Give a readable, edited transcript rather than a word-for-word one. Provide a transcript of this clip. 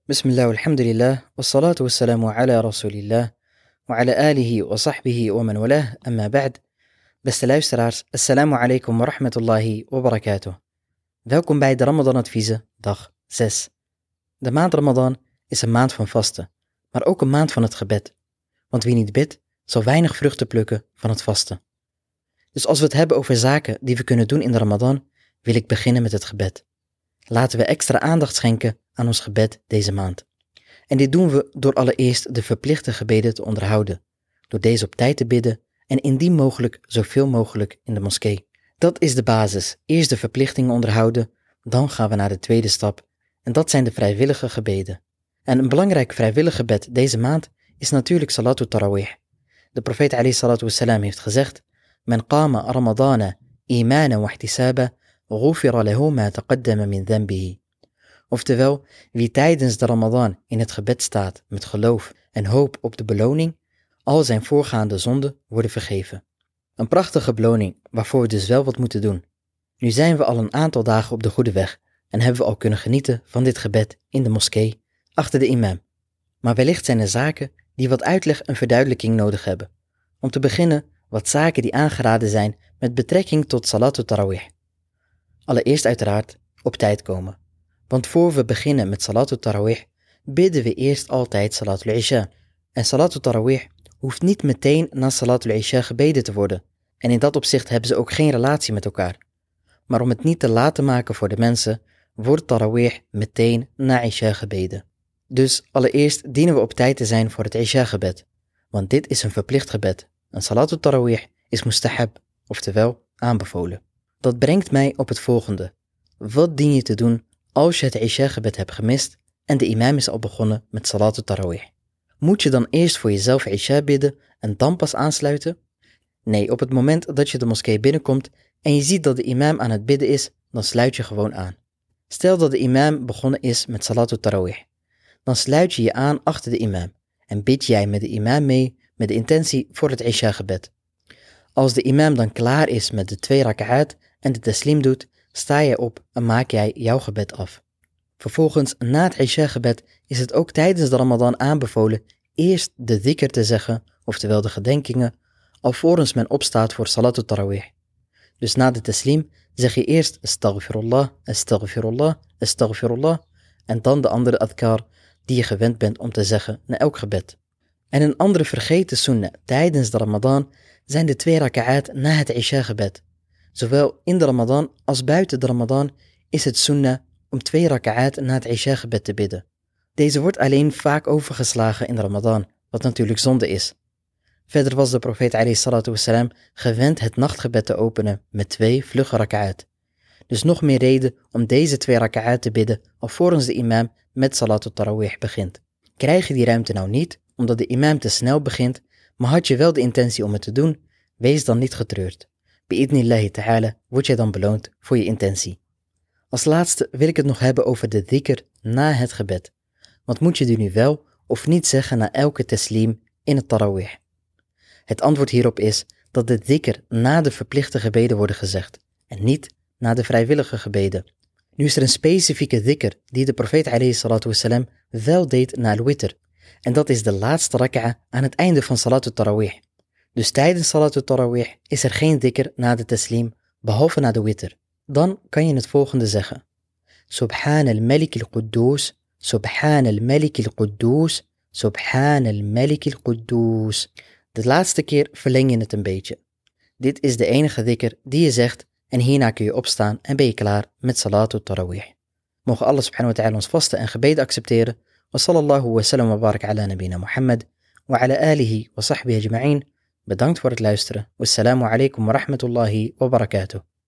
Bismillah, alhamdulillah, wassalatu wassalamu ala rasulillah, wa ala alihi wa sahbihi wa man walah, amma ba'd. Beste luisteraars, assalamu alaikum wa rahmatullahi wa barakatuh. Welkom bij de Ramadan-adviezen, dag 6. De maand Ramadan is een maand van vasten, maar ook een maand van het gebed. Want wie niet bidt, zal weinig vruchten plukken van het vasten. Dus als we het hebben over zaken die we kunnen doen in de Ramadan, wil ik beginnen met het gebed. Laten we extra aandacht schenken aan ons gebed deze maand. En dit doen we door allereerst de verplichte gebeden te onderhouden, door deze op tijd te bidden en indien mogelijk zoveel mogelijk in de moskee. Dat is de basis. Eerst de verplichtingen onderhouden, dan gaan we naar de tweede stap en dat zijn de vrijwillige gebeden. En een belangrijk vrijwillig gebed deze maand is natuurlijk Salatul Tarawih. De profeet alayhi salatu wassalam heeft gezegd: Men qama Ramadana imanan wa ihtisaba ghufira lahu ma taqaddama min dhanbihi. Oftewel, wie tijdens de Ramadan in het gebed staat met geloof en hoop op de beloning, al zijn voorgaande zonden worden vergeven. Een prachtige beloning waarvoor we dus wel wat moeten doen. Nu zijn we al een aantal dagen op de goede weg en hebben we al kunnen genieten van dit gebed in de moskee, achter de imam. Maar wellicht zijn er zaken die wat uitleg en verduidelijking nodig hebben. Om te beginnen wat zaken die aangeraden zijn met betrekking tot Salatul Tarawih. Allereerst uiteraard op tijd komen. Want voor we beginnen met Salatul Tarawih, bidden we eerst altijd Salatul Isha. En Salatul Tarawih hoeft niet meteen na Salatul Isha gebeden te worden. En in dat opzicht hebben ze ook geen relatie met elkaar. Maar om het niet te laat te maken voor de mensen, wordt Tarawih meteen na Isha gebeden. Dus allereerst dienen we op tijd te zijn voor het Isha-gebed. Want dit is een verplicht gebed. En Salatul Tarawih is mustahab, oftewel aanbevolen. Dat brengt mij op het volgende. Wat dien je te doen als je het Isha-gebed hebt gemist en de imam is al begonnen met Salatul Tarawih? Moet je dan eerst voor jezelf Isha bidden en dan pas aansluiten? Nee, op het moment dat je de moskee binnenkomt en je ziet dat de imam aan het bidden is, dan sluit je gewoon aan. Stel dat de imam begonnen is met Salatul Tarawih. Dan sluit je je aan achter de imam en bid jij met de imam mee met de intentie voor het Isha-gebed. Als de imam dan klaar is met de 2 raka'at en de taslim doet, sta jij op en maak jij jouw gebed af. Vervolgens, na het Isha-gebed, is het ook tijdens de Ramadan aanbevolen eerst de dhikr te zeggen, oftewel de gedenkingen, alvorens men opstaat voor Salatul Tarawih. Dus na de taslim zeg je eerst astaghfirullah, astaghfirullah, astaghfirullah en dan de andere adkar die je gewend bent om te zeggen na elk gebed. En een andere vergeten sunnah tijdens de Ramadan zijn de 2 raka'at na het Isha-gebed. Zowel in de Ramadan als buiten de Ramadan is het sunnah om 2 raka'at na het Isha-gebed te bidden. Deze wordt alleen vaak overgeslagen in de Ramadan, wat natuurlijk zonde is. Verder was de profeet alayhi salatu wassalam gewend het nachtgebed te openen met 2 vlugge raka'at. Dus nog meer reden om deze 2 raka'at te bidden alvorens de imam met Salatul Tarawih begint. Krijg je die ruimte nou niet, omdat de imam te snel begint, maar had je wel de intentie om het te doen, wees dan niet getreurd. Bi'idnillahi ta'ala word je dan beloond voor je intentie. Als laatste wil ik het nog hebben over de dhikr na het gebed. Want moet je die nu wel of niet zeggen na elke taslim in het tarawih? Het antwoord hierop is dat de dhikr na de verplichte gebeden worden gezegd en niet na de vrijwillige gebeden. Nu is er een specifieke dhikr die de profeet alayhi salatu wassalam wel deed na al-witr. En dat is de laatste raka'a aan het einde van Salatul Tarawih. Dus tijdens Salatul Tarawih is er geen dhikr na de taslim, behalve na de witr. Dan kan je het volgende zeggen. Subhan al-Malik al-Quddus, Subhan al-Malik al-Quddus, Subhan al-Malik al-Quddus. De laatste keer verleng je het een beetje. Dit is de enige dhikr die je zegt en hierna kun je opstaan en ben je klaar met Salatul Tarawih. Mogen Allah subhanahu wa ta'ala ons vasten en gebeden accepteren. Wa sallallahu wa sallam wa barak ala nabina Muhammad wa ala alihi wa sahbihi ajma'in. Bedankt voor het luisteren. Wassalamu alaikum wa rahmatullahi wa barakatuh.